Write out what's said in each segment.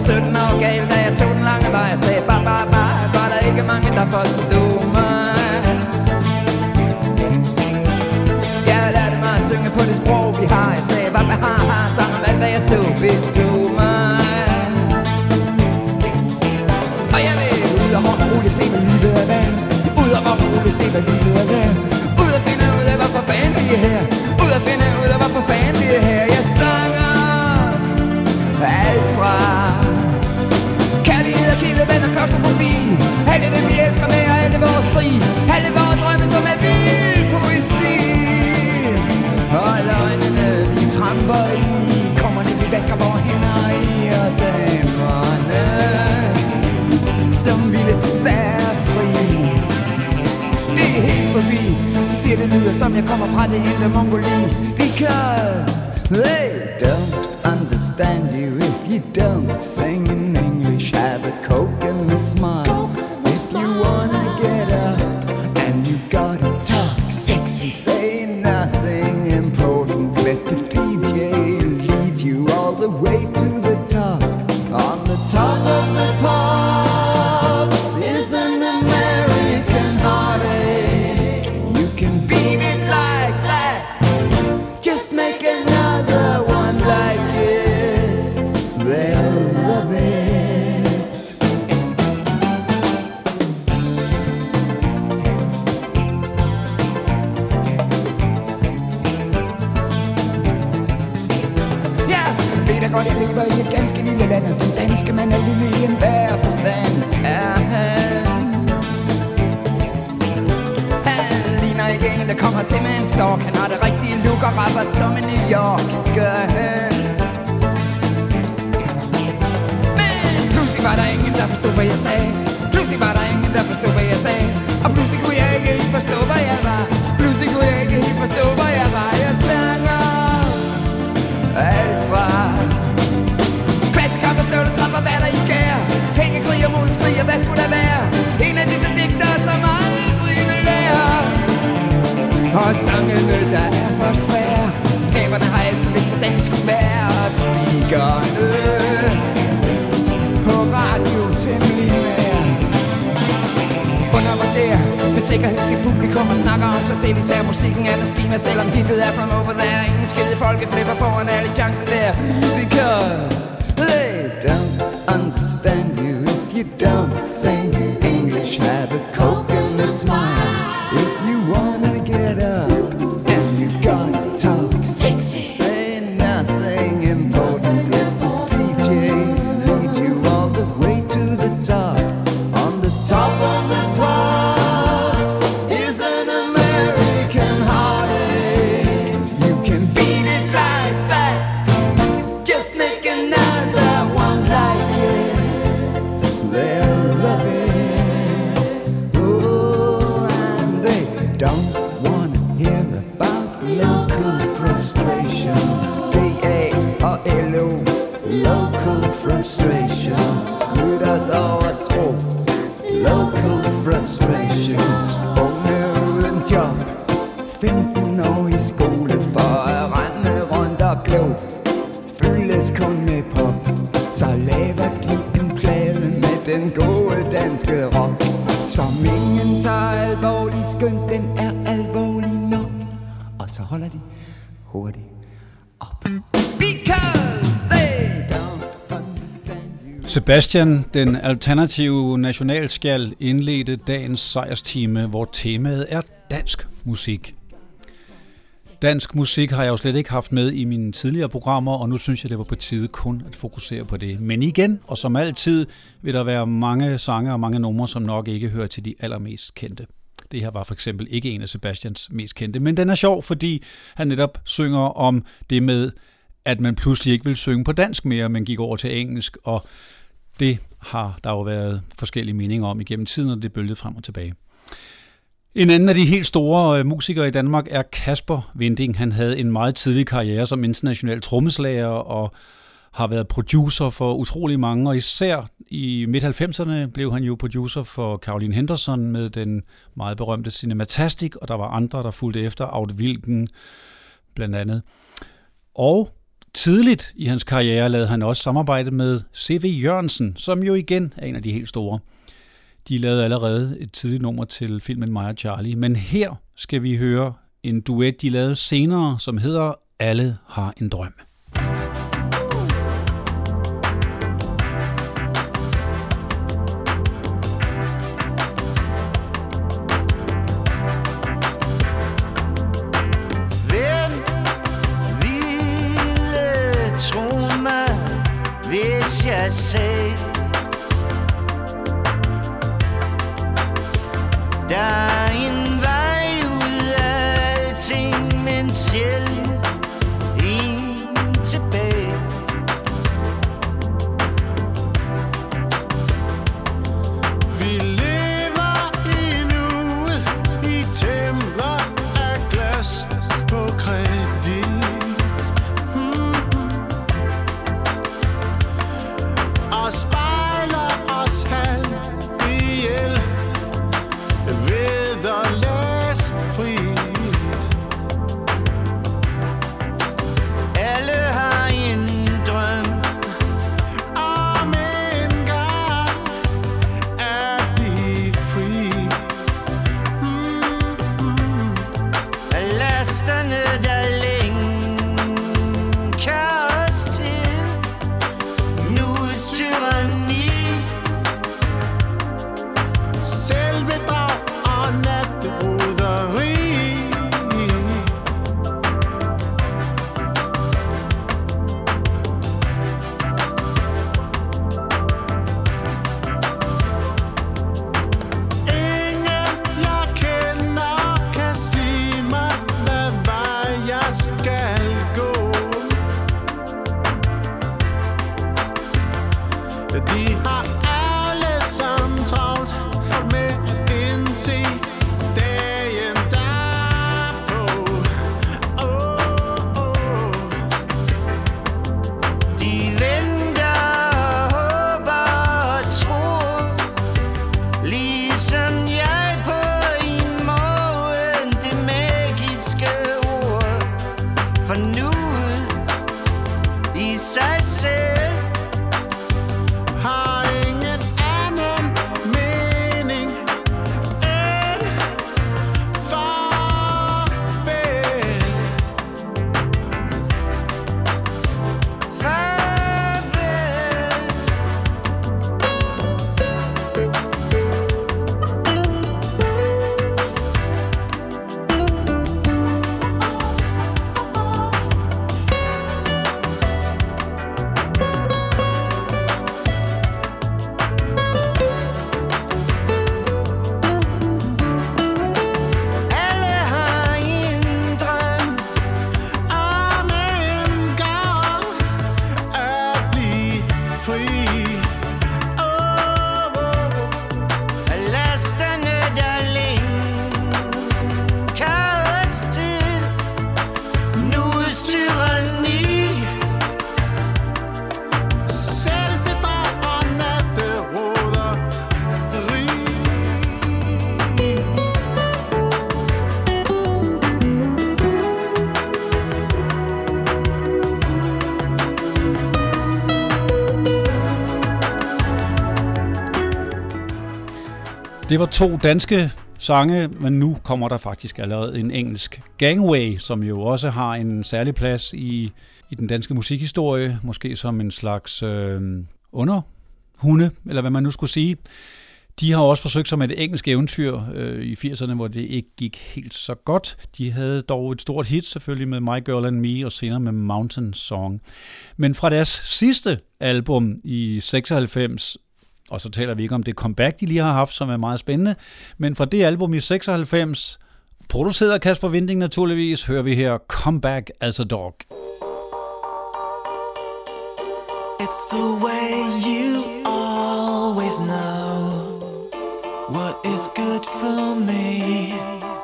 17 år gal, da jeg tog den lange vej. Jeg sagde ba, var der ikke mange, der forstod mig. Jeg lærte mig at synge på det sprog, vi har. Jeg sagde ba, sang om alt, hvad jeg så betog mig. Og jeg vil ud og roligt se, hvad livet er værd. Ud og roligt se, hvad livet er værd. Ud og finde ud af, hvorfor fanden vi er her. Ud og finde ud af, hvorfor fanden vi er her. Jeg sanger alt fra kærlighed og kæmpe venner, klaustrofobi. Alle dem vi elsker med og alle vores krig. Alle vores drømme som er vild poesi. Og løgnene vi tramper i. Kommerne vi vasker vores hænder i. Og damerne som ville være fri. Det er helt forbi. De siger det lyder som jeg kommer fra det indre Mongoli. Because they don't understand you if you don't sing in English. Have a Coke and a smile. If you wanna get up and you gotta talk sexy, say nothing important. Let the DJ lead you all the way to the top. On the top of the pops is an American heartache. You can beat it like that. Just make another one like it. They'll love it. Ja, ved da godt, jeg lever i et ganske lille land. Og den danske mand er lille i enhver forstand. Er han? Han ligner ikke en, der kommer til med en stok. Han har det rigtige look og rapper som i New York. Gør han? Men pludselig var der ingen, der forstod, hvad jeg sagde. Pludselig var der ingen, der forstod, hvad jeg sagde. Og pludselig kunne jeg ikke helt forstå, hvad jeg var. Pludselig kunne jeg ikke helt forstå, hvad jeg var. Jeg sanger alt fra klassekamp og støvle, trapper, hvad der i gær. Pengekrig og modskrig, og hvad skulle der være? En af disse digtere, som aldrig vil lære. Og sangene, der er for svære. Æberne har altid vidst, hvordan det skulle være. Og speakerne på radio temmelig nær. Under var der med sikkerhed til publikum og snakker om sig selv. Især musikken er maskiner, selvom hittet er from over there. Ingen skide folke flipper foran alle chancer der. Because they don't understand you if you don't sing English. Have a Coke and a smile. If you wanna get up and you gotta talk sexy, say nothing important. Let the DJ lead you all the way to the top. On the top of the pops is an American heartache. You can beat it like that. Just make another one like it. They'll love it. Oh, and they don't wanna hear about local frustrations. D-A-R-L-O. Local frustrations. Nyt os over tro. Local frustrations. Unge uden job. 15 år i skole for at rende rundt og glo. Fyldes kun med pop. Så laver de en plade med den gode danske rock. Som ingen tager alvorlig, skønt den er alvorlig nok. Og så holder de hurtigt op. Because they don't understand you. Sebastian, den alternative nationalskjald, indledte dagens sejrstime, hvor temaet er dansk musik. Dansk musik har jeg jo slet ikke haft med i mine tidligere programmer, og nu synes jeg, det var på tide kun at fokusere på det. Men igen, og som altid, vil der være mange sange og mange numre, som nok ikke hører til de allermest kendte. Det her var for eksempel ikke en af Sebastians mest kendte, men den er sjov, fordi han netop synger om det med, at man pludselig ikke vil synge på dansk mere, men gik over til engelsk, og det har der jo været forskellige meninger om igennem tiden, og det er bølget frem og tilbage. En anden af de helt store musikere i Danmark er Kasper Winding. Han havde en meget tidlig karriere som international trommeslager og har været producer for utrolig mange, og især i midt-90'erne blev han jo producer for Caroline Henderson med den meget berømte Cinematastic, og der var andre, der fulgte efter, Aud Wilken blandt andet. Og Tidligt i hans karriere lavede han også samarbejde med C.V. Jørgensen, som jo igen er en af de helt store. De lavede allerede et tidligt nummer til filmen Mig og Charlie, men her skal vi høre en duet, de lavede senere, som hedder Alle har en drøm. Hvis jeg sagde, der er en vej ud af alting, men sjældent en tilbage. Vi lever endnu i templer af glas på kredit. Og spejler os halv ihjel ved at læse frit. Alle har en drøm om en gang at blive fri. Lasterne der lænker os til nuets tyranni. Selvbedrag og natteroderi. Ingen jeg kender kan sige mig, hvad vej jeg skal gå. De har alle sammen travlt med at indse dagen derpå. De venter og håber og tror, ligesom jeg på en morgen, det magiske ord for nuet i sig selv. Har ingen anden mening end farvel. Alle har en drøm om en gang at blive fri. Lasterne der lænker os til nuets tyranni. Selvbedrag og natteroderi. Det var 2 danske sange, men nu kommer der faktisk allerede en engelsk. Gangway, som jo også har en særlig plads i den danske musikhistorie, måske som en slags underhunde, eller hvad man nu skulle sige. De har også forsøgt sig med et engelsk eventyr i 80'erne, hvor det ikke gik helt så godt. De havde dog et stort hit selvfølgelig med My Girl and Me, og senere med Mountain Song. Men fra deres sidste album i 96, og så taler vi ikke om det comeback, de lige har haft, som er meget spændende, men fra det album i 96, produceret af Kasper Winding naturligvis, hører vi her Comeback as a Dog. It's the way you always know what is good for me.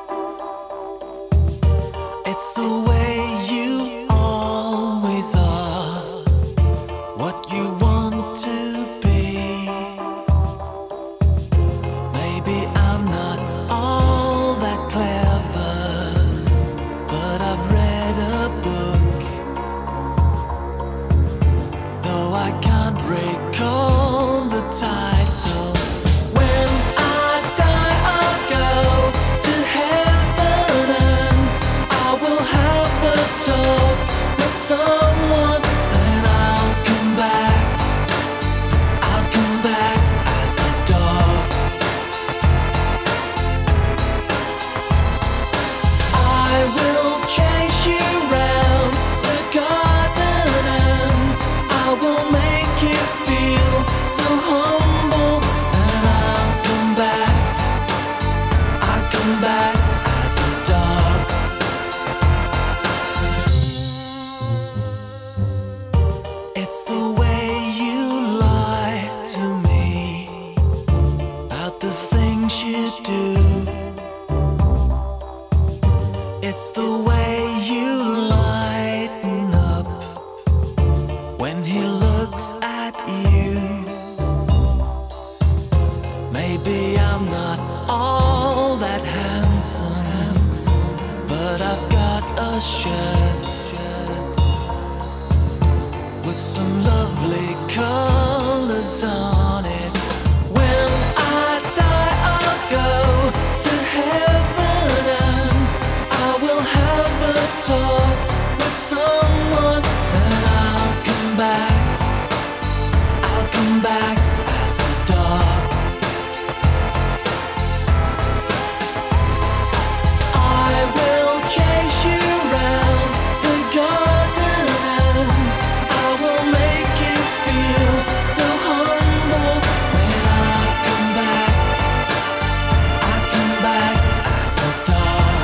It's the way you always are what you want to be. Maybe I'm not all that clever, but I've read a book someone, then I'll come back. I'll come back as a dog. I will chase you round the garden and I will make you feel so humble. And I'll come back as a dog. It's the way you lie to me about the things you do. It's the way you lighten up when he looks at you. Maybe I'm not all that handsome, but I've got a shirt with some lovely colors on it. When I die, I'll go to heaven and I will have a talk with someone. And I'll come back as a dog. I will chase you round the garden and I will make you feel so humble. When I come back as a dog.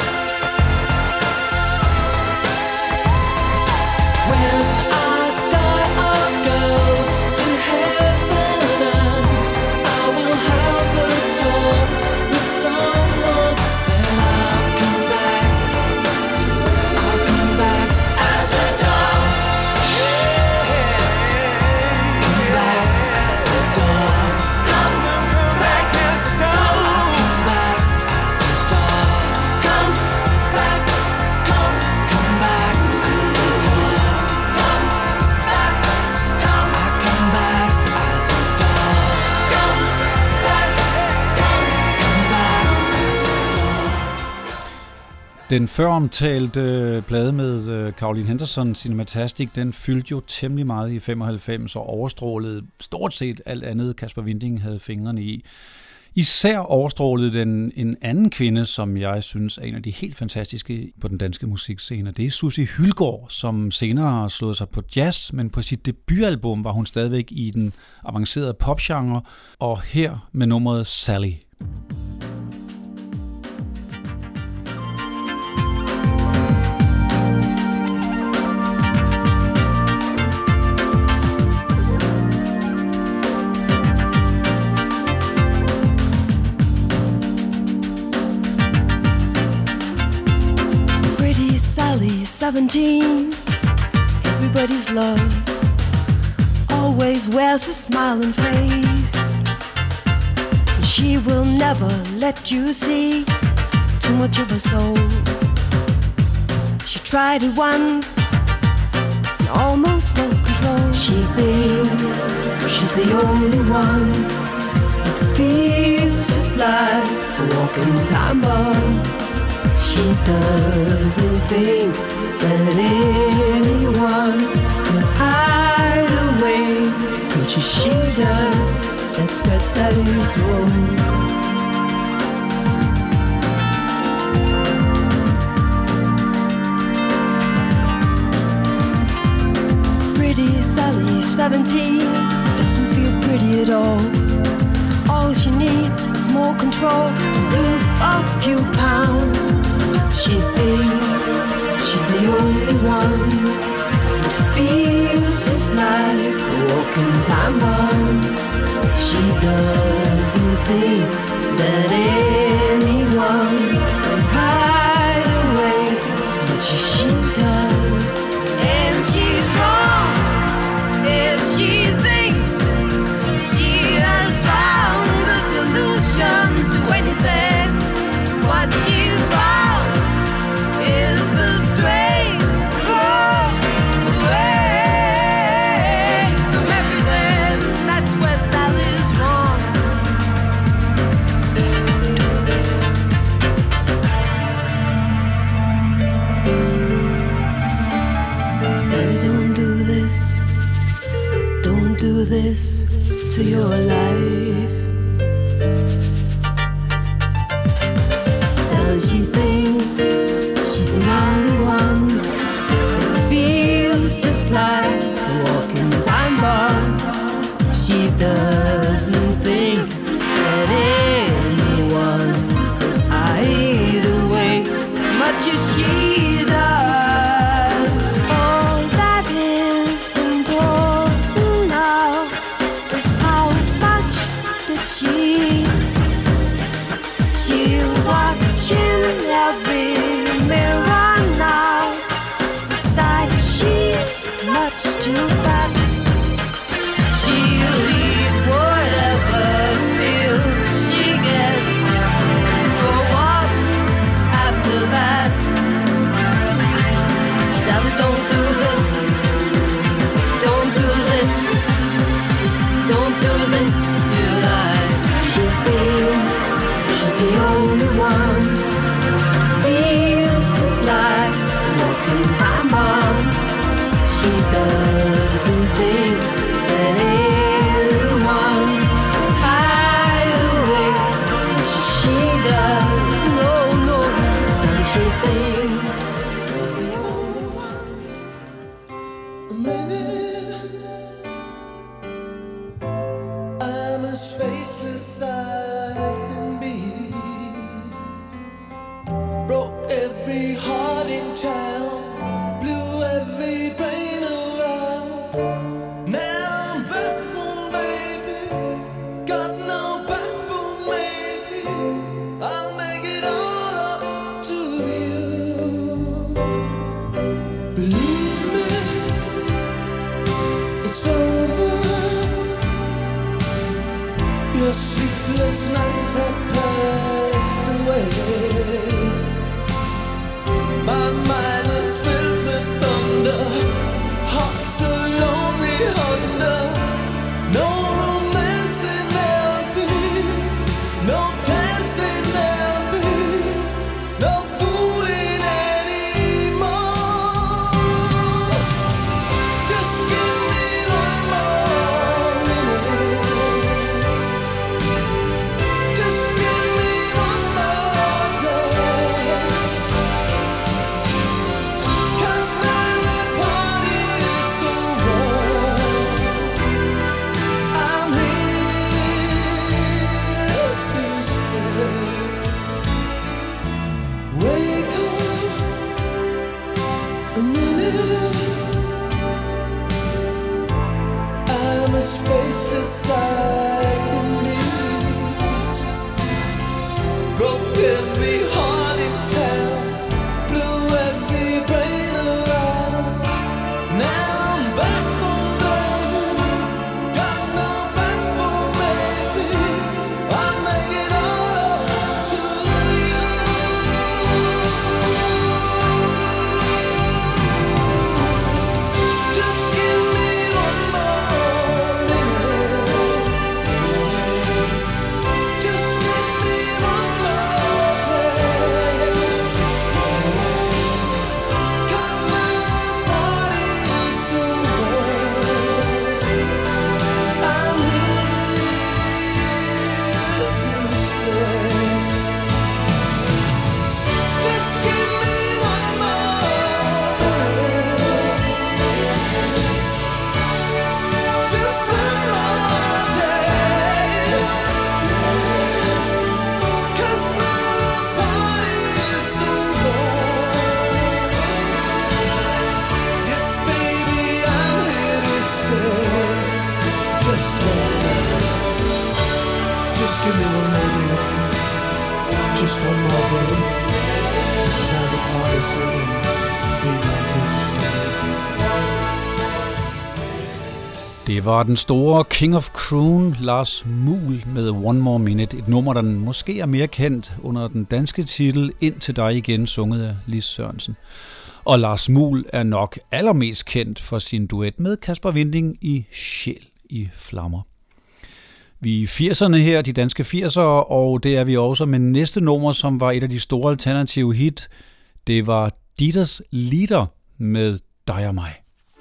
When I die, I'll go to heaven and I will have a talk with someone. Then I'll come back as a dog. Come back as a dog. Come back as a dog. Come back as a dog. Come back as a dog. I come back as a dog. Come back as a dog. Den føromtalte plade med Caroline Henderson, Cinematastic, den fyldte jo temmelig meget i 95 og overstrålede stort set alt andet, Kasper Winding havde fingrene i. Især overstrålede den en anden kvinde, som jeg synes er en af de helt fantastiske på den danske musikscene. Det er Sussi Hyldgaard, som senere har slået sig på jazz, men på sit debutalbum var hun stadigvæk i den avancerede popgenre, og her med nummeret Sally. Pretty Sally, 17, everybody's love, always wears a smiling face. She will never let you see too much of her soul. She tried it once and almost lost control. She thinks she's the only one that feels just like a walking time bomb. She doesn't think that anyone could hide away as much as she does. That's where Sally's wrong. Pretty Sally, 17, doesn't feel pretty at all. All she needs is more control to lose a few pounds. She thinks she's the only one that feels just like a walking time bomb. She doesn't think that anyone can hide away as much as she does. And she's wrong if she thinks she has found the solution to anything. What she's found is the strength away from everything. That's where Sally's wrong. Sally, don't do this. Don't do this to your life. Sally, she thinks she's the only one that feels just like a walking time bomb. She doesn't think that anyone could hide away as much as she does. All that is important now is how much did she'll watch in every mirror now. Besides, she's much too fat. She'll eat whatever meals she gets, and for what after that? Sally, don't do this. Don't do this. Don't do this to life. She thinks she's the only one. Feels just like a walking time bomb. She doesn't think that anyone will hide away as much as she does. No, no, Sally, she thinks she's the only one. A minute, I'm as faceless I can be. Broke every heart in town, blew every brain around. Now I'm back home, baby. Got no backbone, maybe. I'll make it all up to you. Believe me, it's over. Your sleepless nights have passed away. My mind is filled with thunder. Heart's a lonely hunter. No romancing there'll be. No dancing there'll be. No fooling anymore. Just give me one more minute. Just give me one more love. 'Cause now the party is over. I'm here to stay. Wake up a minute. I'm as faceless I can be. Broke every heart in town, blew every brain around. Now I'm back home, baby. Got no backbone, baby. I'll make it all up to you. Just give me one more minute. Just give me one more day. 'Cause now the party's over. I'm here to stay. Just give me one more minute. Just one more day. 'Cause now the party's over. Yes, baby, I'm here to stay. Just give me one more minute. Just one more day. 'Cause now the party's over. Baby, I'm here to stay. Det var den store King of Croon, Lars Muhl, med One More Minute. Et nummer, der måske er mere kendt under den danske titel Ind til dig igen, sunget af Lis Sørensen. Og Lars Muhl er nok allermest kendt for sin duet med Kasper Winding i Sjæl i flammer. Vi er i 80'erne her, de danske 80'ere, og det er vi også med næste nummer, som var et af de store alternative hit. Det var Dieters Lieder med Dig og mig.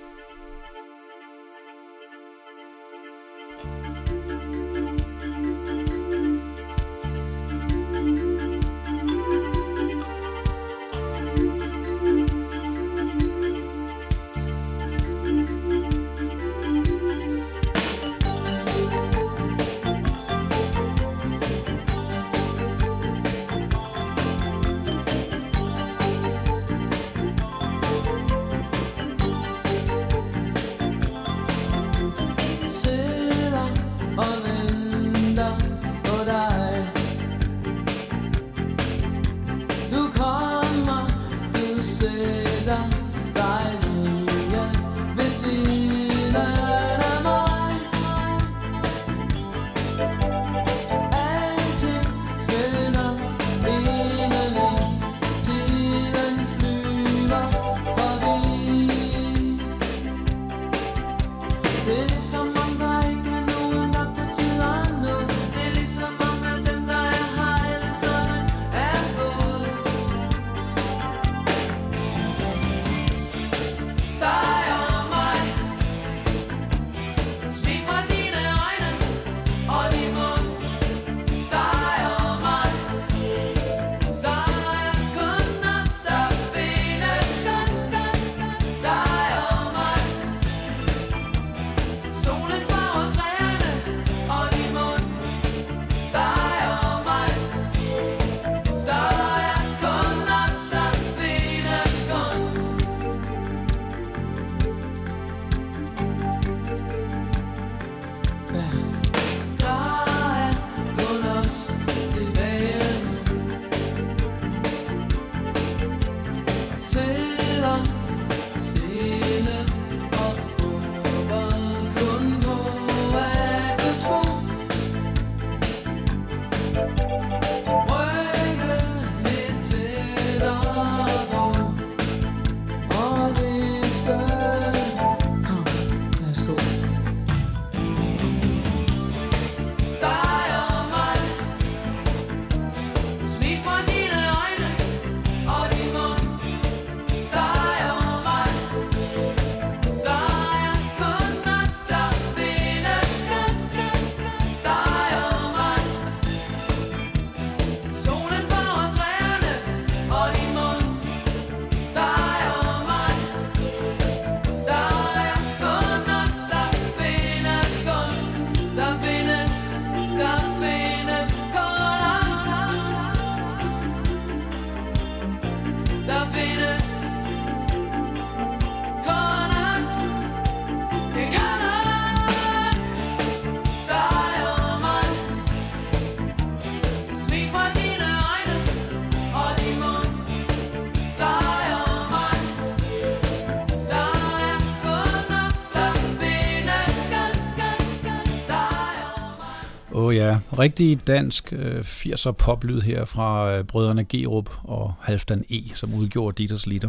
Ja, rigtig dansk 80'er poplyd her fra brødrene Gerup og Halfdan E., som udgjorde Dieters Litter.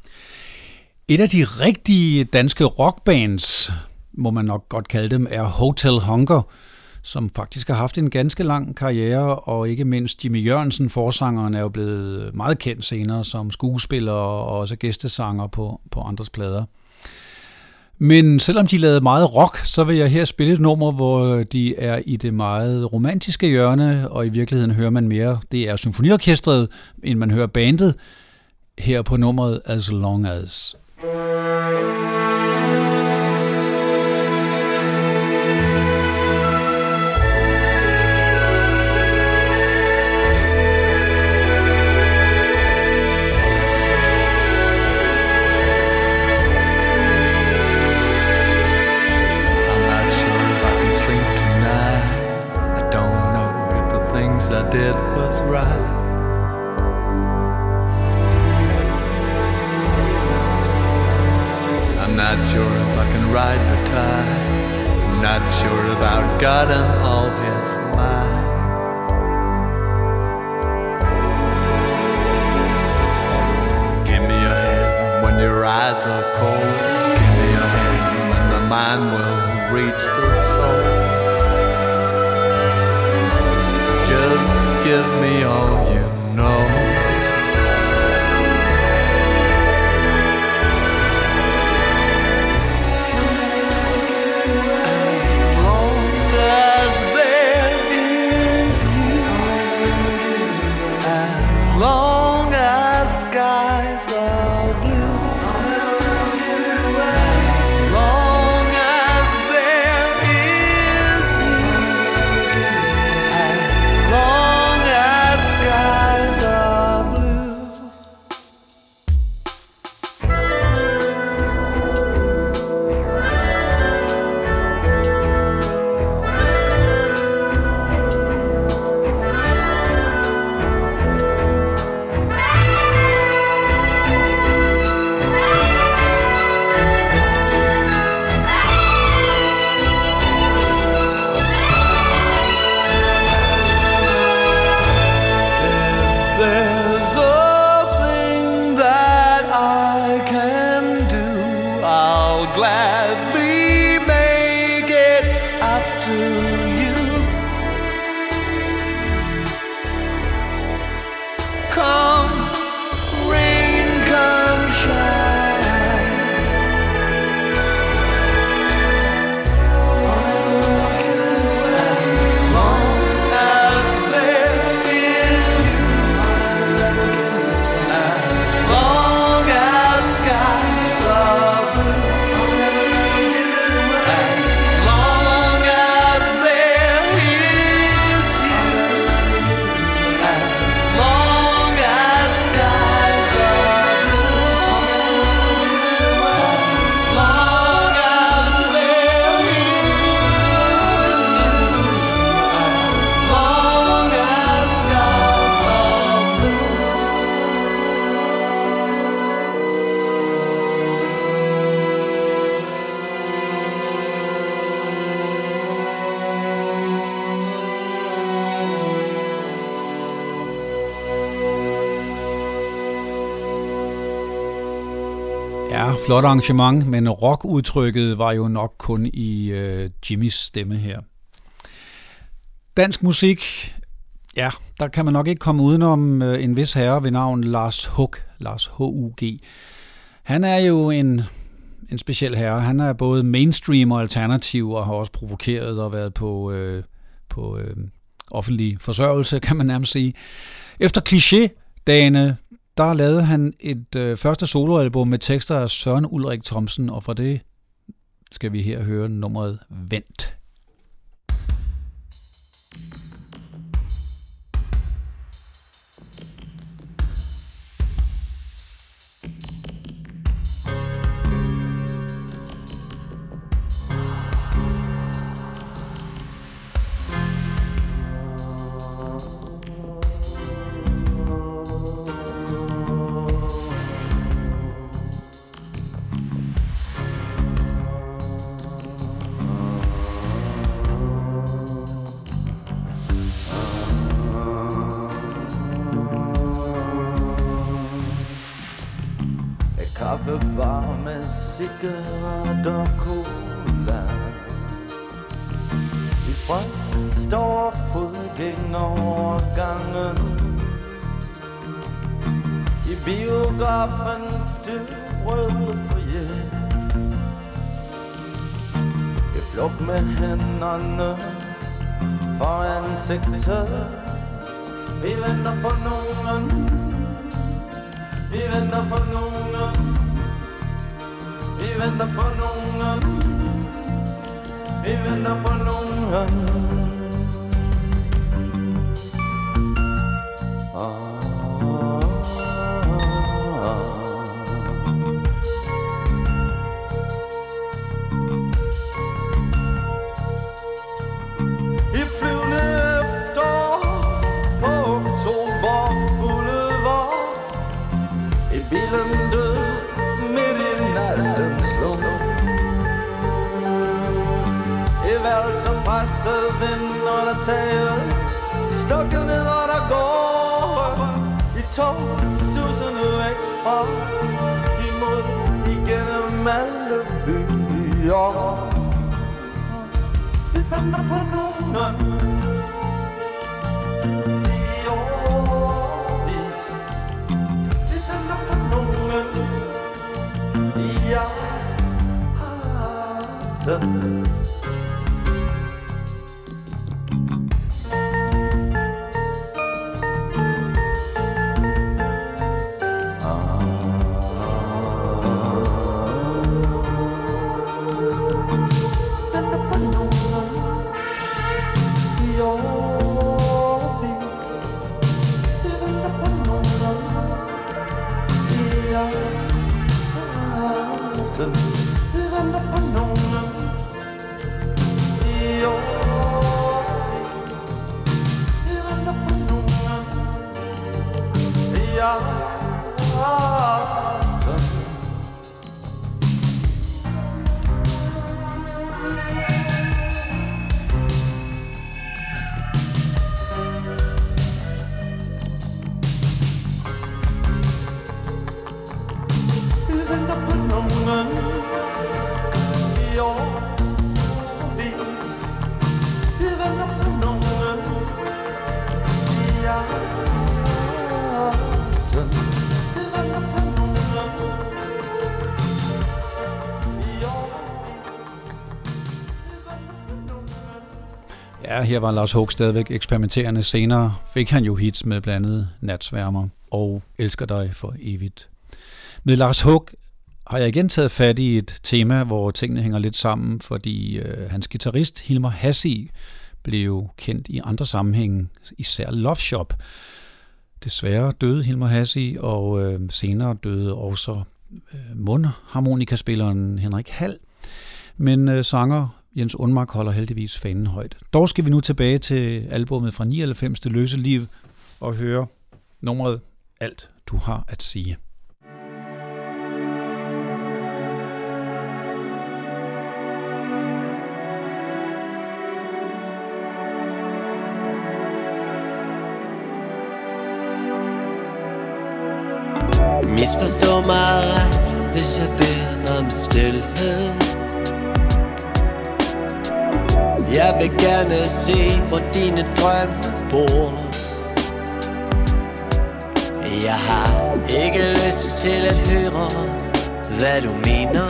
Et af de rigtige danske rockbands, må man nok godt kalde dem, er Hotel Hunger, som faktisk har haft en ganske lang karriere, og ikke mindst Jimmy Jørgensen, forsangeren, er jo blevet meget kendt senere som skuespiller og også gæstesanger på andres plader. Men selvom de lavede meget rock, så vil jeg her spille et nummer, hvor de er i det meget romantiske hjørne, og i virkeligheden hører man mere, det er symfoniorkestret, end man hører bandet, her på nummeret As Long As. I did was right. I'm not sure if I can ride the tide. I'm not sure about God and all his might. Give me your hand when your eyes are cold. Give me your hand and my mind will reach the soul. Just give me all you know. As long as there is you, as long as skies are blue, as long as there is you, as long as skies are blue. If there's a thing that I can do, I'll gladly make Ja, flot arrangement, men rockudtrykket var jo nok kun i Jimmys stemme her. Dansk musik, ja, der kan man nok ikke komme udenom en vis herre ved navn Lars Hug, Lars H-U-G. Han er jo en speciel herre. Han er både mainstream og alternativ, og har også provokeret og været på offentlig forsørgelse, kan man nærmest sige. Efter kliché-dagene, der lavede han et første soloalbum med tekster af Søren Ulrik Thomsen, og fra det skal vi her høre nummeret Vent. Kaffebar med cigaret og cola. I frost over fodgængerovergangen. I biografens dybrøde foyer. I flugt med hænderne for ansigtet. Vi venter på nogen. Vi venter på nogen. Vi venter på nogen. Vi venter på nogen. I flyvende efter på Oktober Boulevard. I bilen død midt i nattens lum. I værelser presset vind under taget. Stukket ned og der går. I tog susende væk fra. Imod igennem alle byer. Vi venter på nogen. I årvis. Vi venter på nogen. I aften. Ja, her var Lars Hug stadigvæk eksperimenterende. Senere fik han jo hits med blandt andet Natsværmer og Elsker dig for evigt. Med Lars Hug har jeg igen taget fat i et tema, hvor tingene hænger lidt sammen, fordi hans guitarist Hilmar Hassi blev kendt i andre sammenhænge, især Love Shop. Desværre døde Hilmar Hassi, og senere døde også mundharmonikaspilleren Henrik Hall. Men sanger Jens Unmark holder heldigvis fanen højt. Dog skal vi nu tilbage til albummet fra 99. Det løse liv og høre nummeret Alt du har at sige. Misforstå mig ret, hvis jeg beder om stilhed. Jeg vil gerne se, hvor dine drømme bor. Jeg har ikke lyst til at høre, hvad du mener.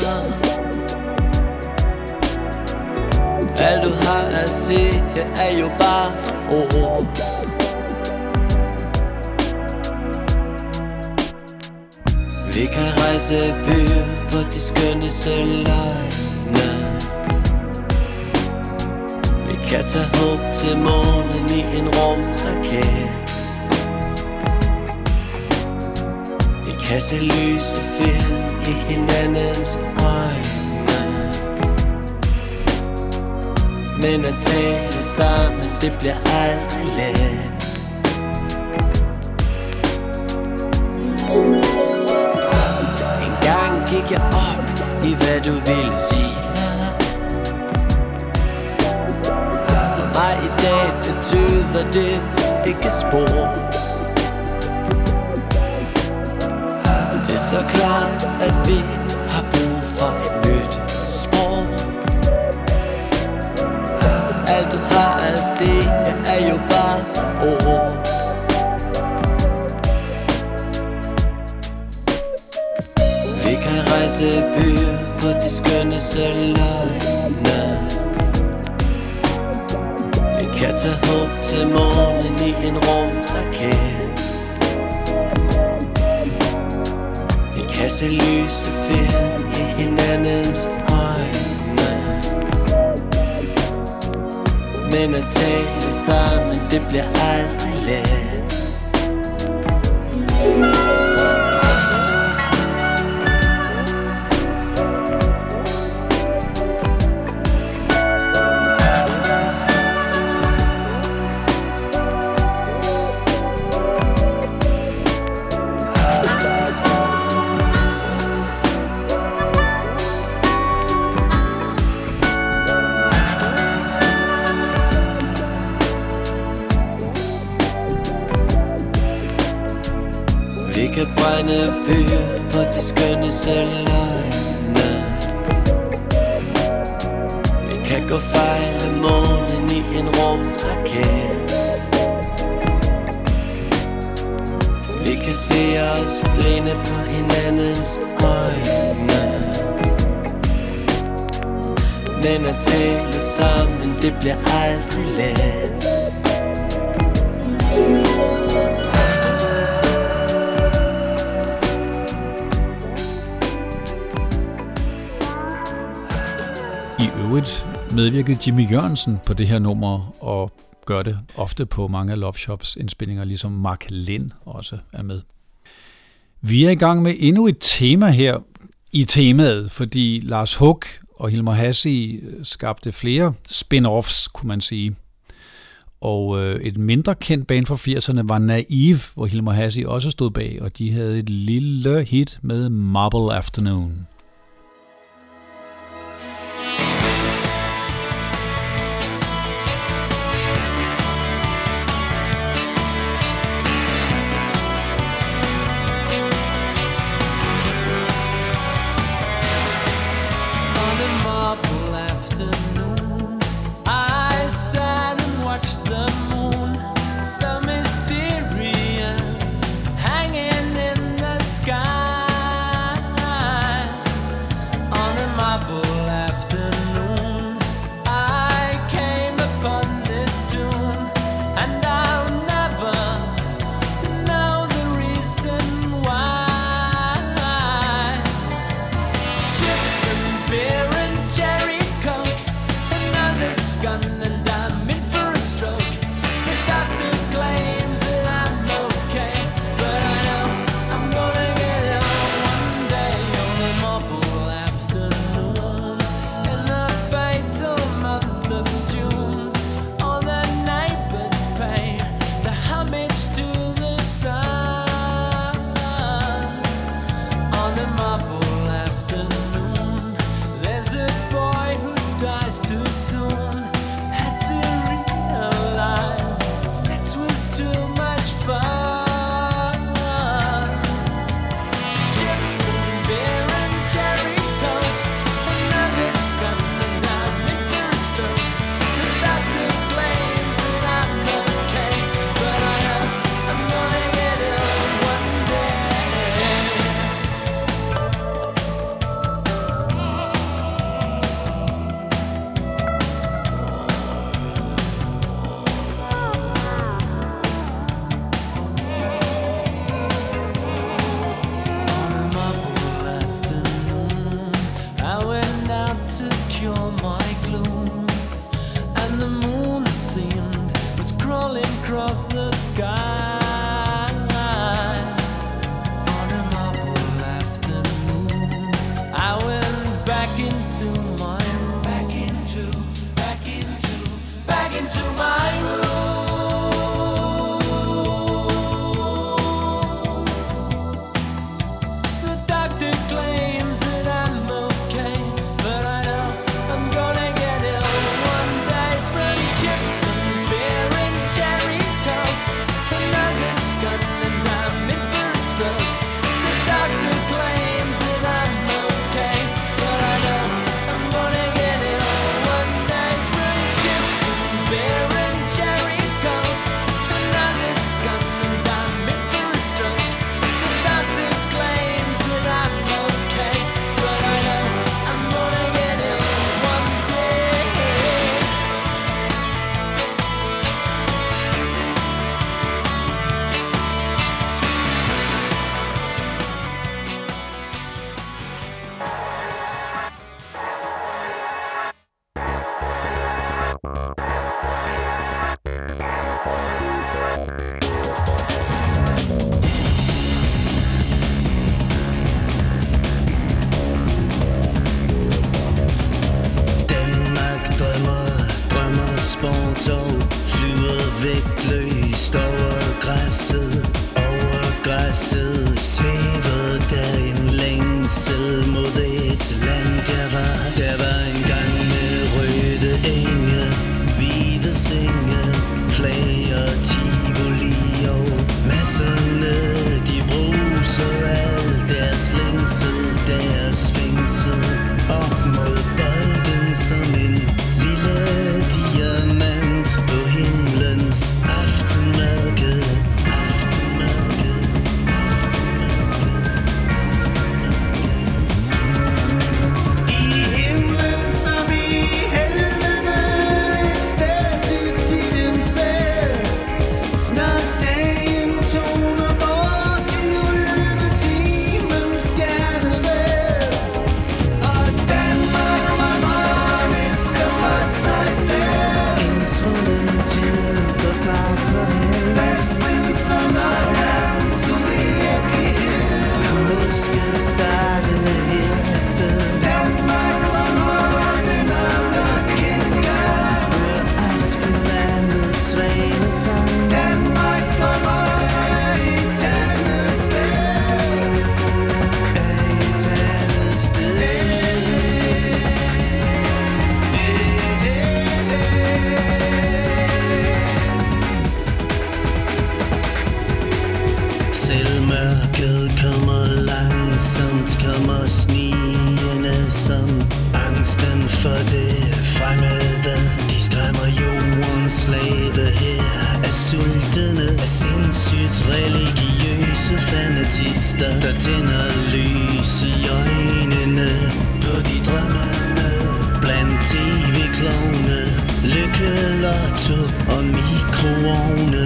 Alt du har at sige er jo bare ord. Vi kan rejse byer på de skønneste løgne. Vi kan tage håb til månen i en rumraket. Vi kan se lyse film i hinandens øjne. Men at tale sammen, det bliver aldrig let. Engang gik jeg op i hvad du ville sige. For mig i dag betyder det ikke spor. Det står klart, at vi har brug for et nyt sprog. Alt du har at sige er jo bare ord. Vi kan rejse byer på de skønneste løgne. Vi kan tage håb til månen i en rumraket. Vi kan se lyse film i hinandens øjne. Men at tale sammen, det bliver aldrig let. Vi kan brænde byer på de skønneste løgne. Vi kan gå fejl af månen i en rumraket. Vi kan se os blinde på hinandens øjne. Men at tale sammen, det bliver aldrig let. I øvrigt medvirkede Jimmy Jørgensen på det her nummer, og gør det ofte på mange af Love Shops indspillinger, ligesom Mark Lind også er med. Vi er i gang med endnu et tema her i temaet, fordi Lars Hug og Hilmar Hassi skabte flere spin-offs, kunne man sige. Og et mindre kendt band fra 80'erne var Naive, hvor Hilmar Hassi også stod bag, og de havde et lille hit med Marble Afternoon. Hanging in the sky. Danmark drømmer sportog, flyver vægtløst over græsset, svæver der en længsel mod et land, der var en gang med røde enge, hvide senge, flag og tivoli og masserne, de bruser al deres længsel, deres fængsel, op mod bolden som en lille diamant på himlens aftenmørke. Der tænder lys i øjnene på de drømmende blandt tv-klovne, Lykke Lotto og mikroovne.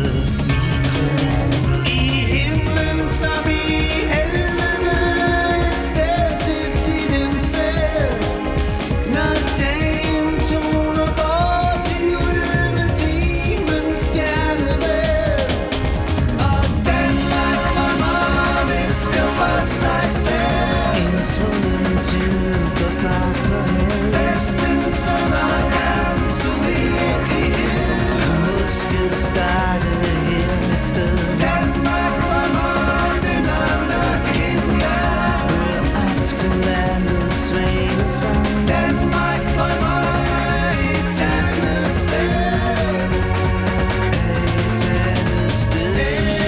I himlen som i helvede, et sted dybt i dem selv, når dagen toner bort i ulvetimens stjernevæld, og Danmark drømmer visker for sig selv. En svunden tid går snart på held, vestens undergang så virkelighed kan måske starte her et sted. Danmark drømmer nynner nok engang, hør aftenlandets svanesang. Danmark drømmer et andet sted, et andet sted.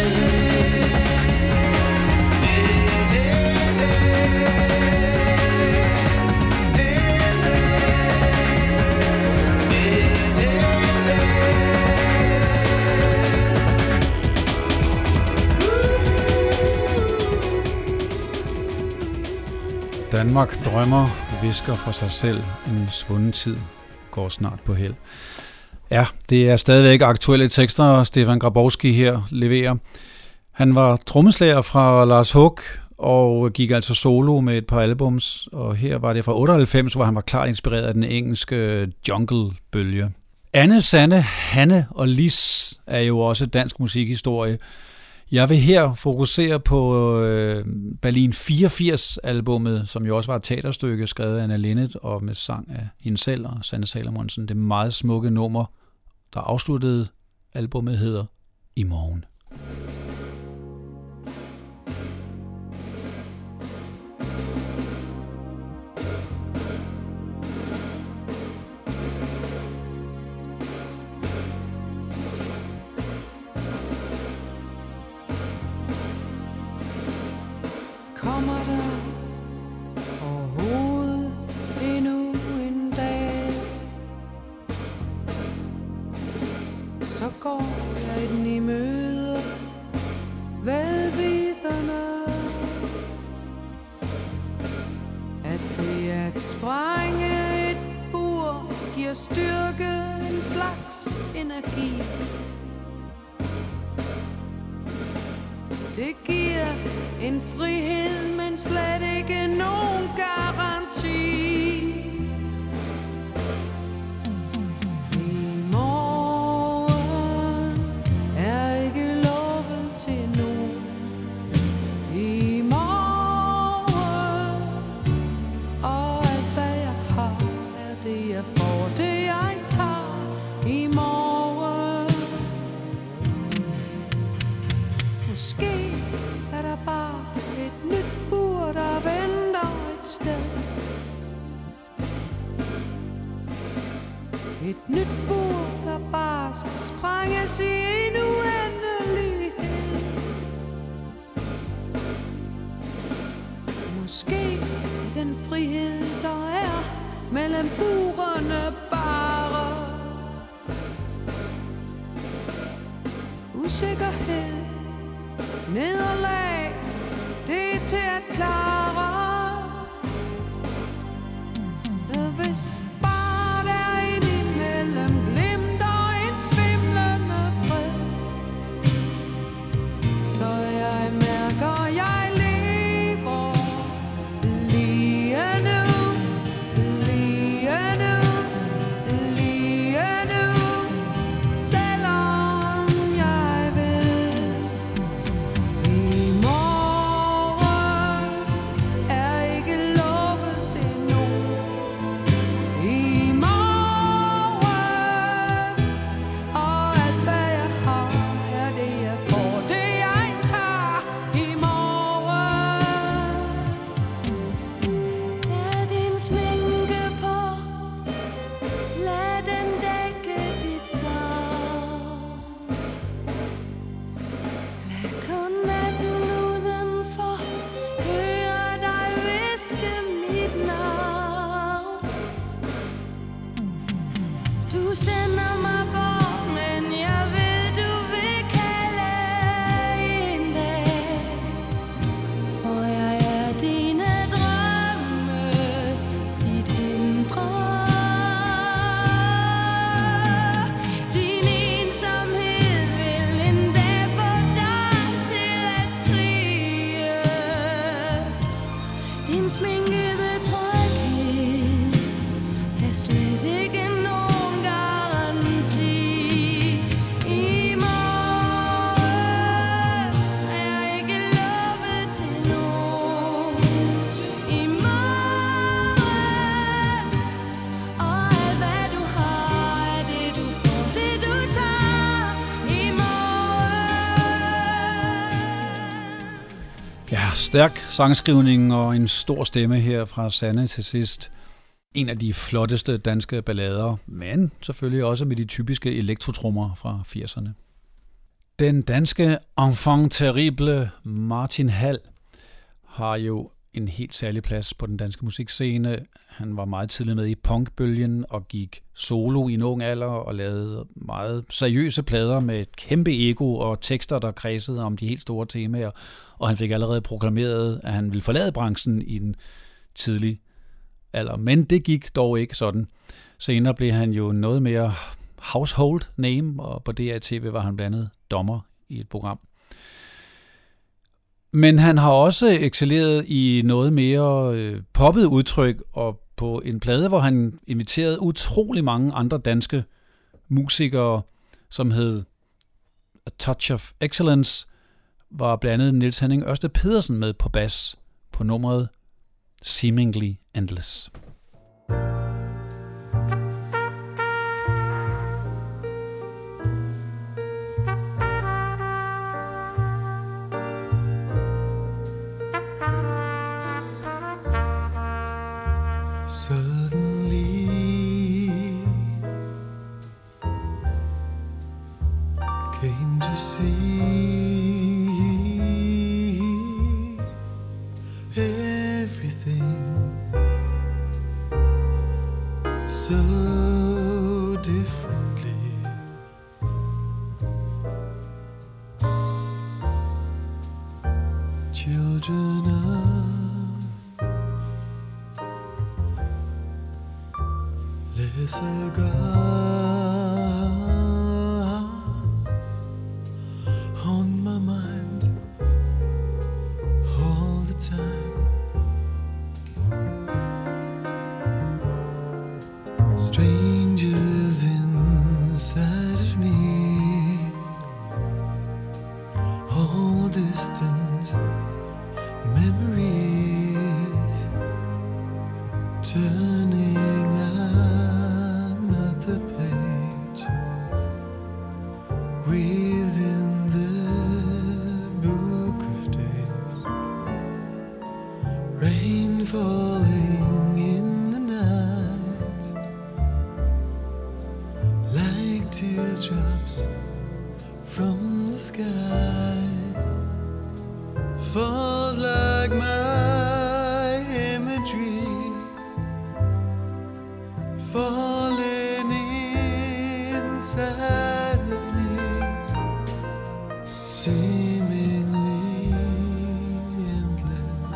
Danmark drømmer, visker for sig selv, en svunden tid går snart på held. Ja, det er stadigvæk aktuelle tekster, Stefan Grabowski her leverer. Han var trommeslager fra Lars Hug og gik altså solo med et par albums, og her var det fra 98, hvor han var klart inspireret af den engelske jungle-bølge. Anne, Sanne, Hanne og Lis er jo også dansk musikhistorie. Jeg vil her fokusere på Berlin 84-albummet, som jo også var et teaterstykke skrevet af Anna Linnet og med sang af hende selv og Sanne Salomonsen. Det meget smukke nummer, der afsluttede albummet, hedder I morgen. Kommer der overhovedet endnu en dag, så går jeg den i møde, velvidende, at det at sprænge et bur giver styrke, en slags energi. Det giver en frihed, men slet ikke nogen garanti. Et nyt bord, der bare skal sprænges i en uendelighed. Måske den frihed, der er mellem burerne bare usikkerhed, nederlag, det er til at klare. Hvis bare der indimellem glimter en svimlende fred, så jeg mærker, jeg lever lige nu, lige nu, lige nu, selvom jeg ved, i morgen er ikke lovet til nogen. I morgen, og alt hvad jeg har, er det jeg får, det jeg tager i morgen. Tag din sminke på, lad den dække dit sorg. Lad kun natten udenfor høre dig hviske mit navn. Du sender mig bort, men jeg ved, du vil kalde en dag. For jeg er dine drømme, dit indre. Din ensomhed vil en dag få dig til at skrige. Din sminkede tryghed er slet ikke nogen garanti. I morgen er ikke lovet til nogen. I morgen, og alt hvad du har, er det du får, det du tager. I morgen. Ja, stærk sangskrivning og en stor stemme her fra Sanne til sidst. En af de flotteste danske ballader, men selvfølgelig også med de typiske elektrotrummer fra 80'erne. Den danske enfant terrible Martin Hall har jo en helt særlig plads på den danske musikscene. Han var meget tidligt med i punkbølgen og gik solo i en ung alder og lavede meget seriøse plader med et kæmpe ego og tekster, der kredsede om de helt store temaer. Og han fik allerede proklameret, at han ville forlade branchen i den tidlige alder. Men det gik dog ikke sådan. Senere blev han jo noget mere household name, og på DR-TV var han blandt andet dommer i et program. Men han har også excelleret i noget mere poppet udtryk, og på en plade, hvor han inviterede utrolig mange andre danske musikere, som hed A Touch of Excellence, var blandt andet Niels Henning Ørsted Pedersen med på bas på nummeret Seemingly Endless. Suddenly came to see everything so differently. Children of lesser gods on my mind all the time. Strangers inside of me, all distant memories turning another page within the book of days. Rain falling in the night, raindrops from the sky falls like my imagery falling inside of me, seemingly endless.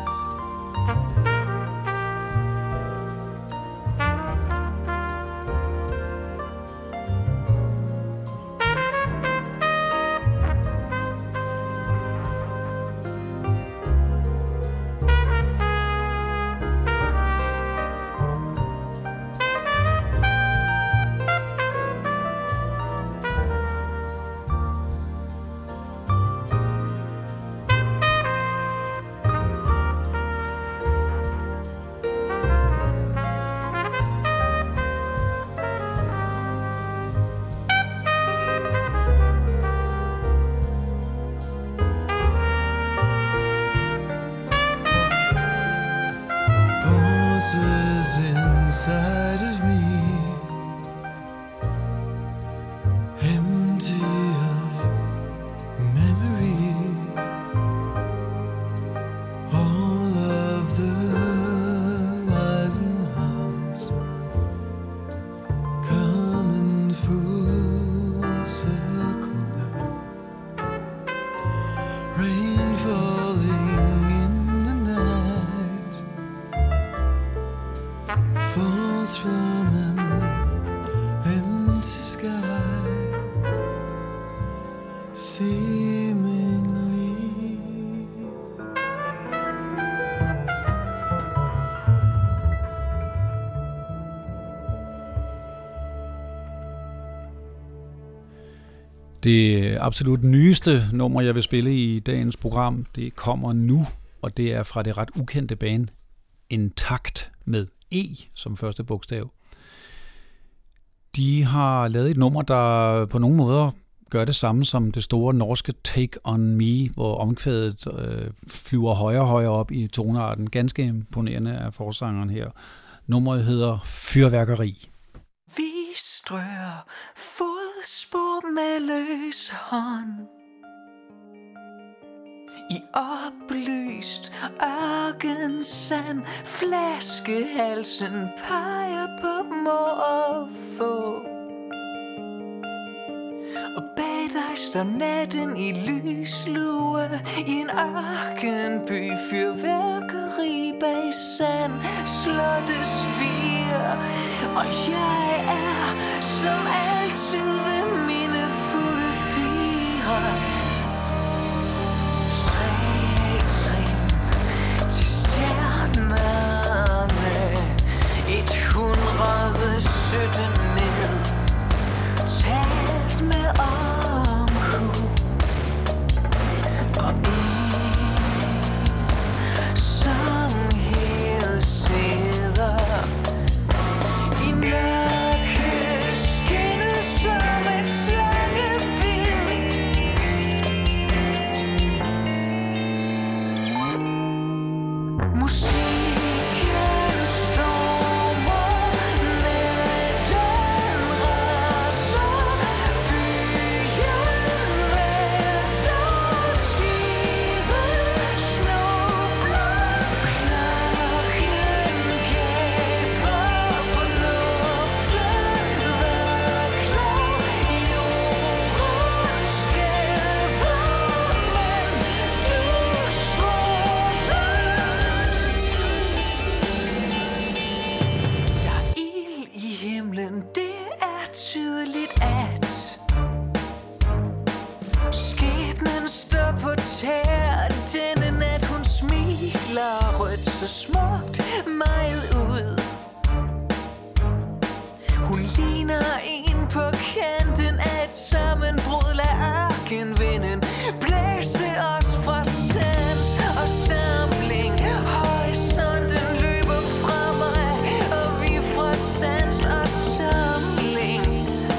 Pulses inside of me, empty of memory. All of the Eisenhowers come in full circle now. Rain falling in the night falls from an empty sky, seemingly. Det absolut nyeste nummer, jeg vil spille i dagens program, det kommer nu, og det er fra det ret ukendte band Intakt med E som første bogstav. De har lavet et nummer, der på nogle måder gør det samme som det store norske Take On Me, hvor omkvædet flyver højere og højere op i tonearten. Ganske imponerende af forsangeren her. Nummeret hedder Fyrværkeri. Vi strør fodspor med løs hånd i oplyst ørkensand. Flaskehalsen peger på må og få, og bag dig står natten i lyslue i en ørkenby. Fyrværkeri bag sand, slotte spir, og jeg er som altid ved mine fulde fire. Til stjernerne 117 ned, talt med omhu, og en som helt sidder i mørkeskinnet som et slangebid. Musikken stormer, natten raser, byen vælter, tiden snubler, klokken gaber, fornuften vakler, jorden skælver, men du stråler. Der er ild i himlen, det er tydeligt at skæbnen står på tær. Denne nat hun smiler rødt så smukt meget ud. Hun ligner en på kanten af et sammenbrud. Lad ørkenvinden blæse os fra sans og samling. Horisonten løber fra mig, og vi fra sans og samling.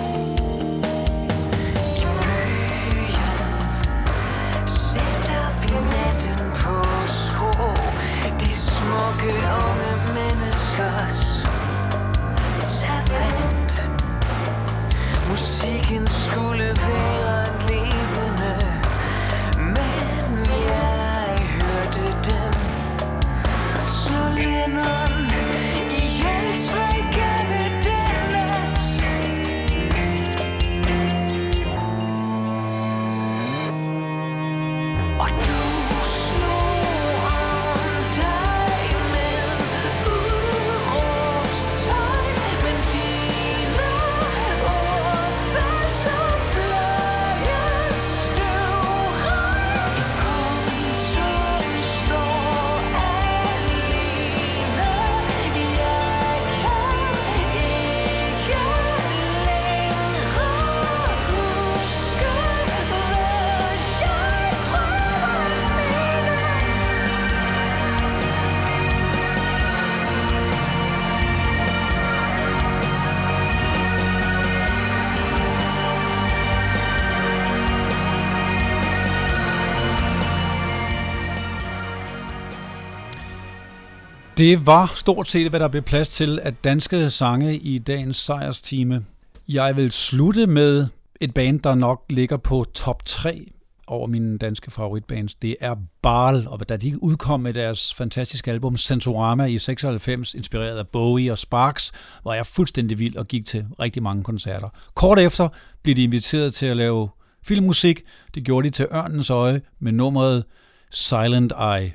Det var stort set, hvad der blev plads til af danske sange i dagens sejrstime. Jeg vil slutte med et band, der nok ligger på top 3 over mine danske favoritbands. Det er Baal, og da de udkom med deres fantastiske album Sensorama i 96, inspireret af Bowie og Sparks, var jeg fuldstændig vild og gik til rigtig mange koncerter. Kort efter blev de inviteret til at lave filmmusik. Det gjorde de til Ørnens Øje med nummeret Silent Eye.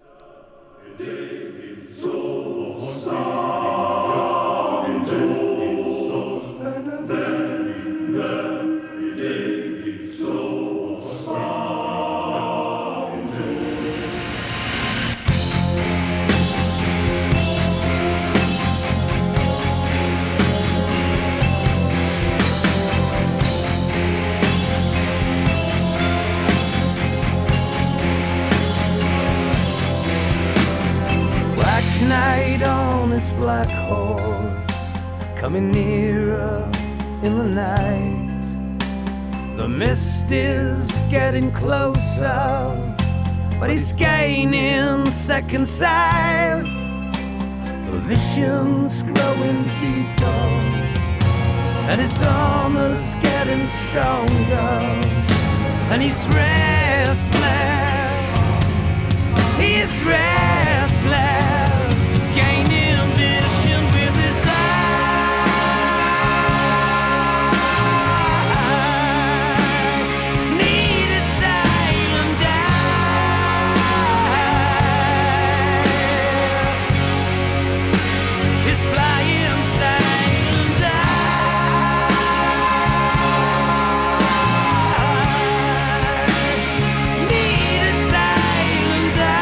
Night on this black horse, coming nearer in the night. The mist is getting closer, but he's gaining second sight. The vision's growing deeper, and his armor's getting stronger, and he's restless. He's restless. Gaining vision with his eye. Need a silent eye. His flying silent eye. Need a silent eye.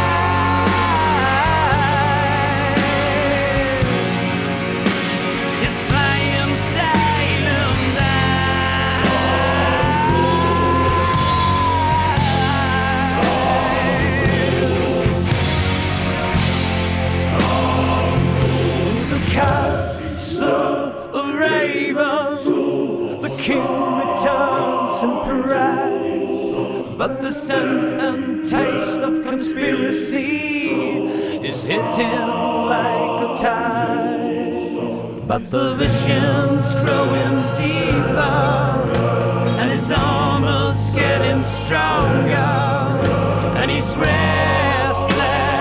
Castle of Raven, the king returns in pride, but the scent and taste of conspiracy is hitting like a tide. But the vision's growing deeper, and his armor's getting stronger, and he's restless.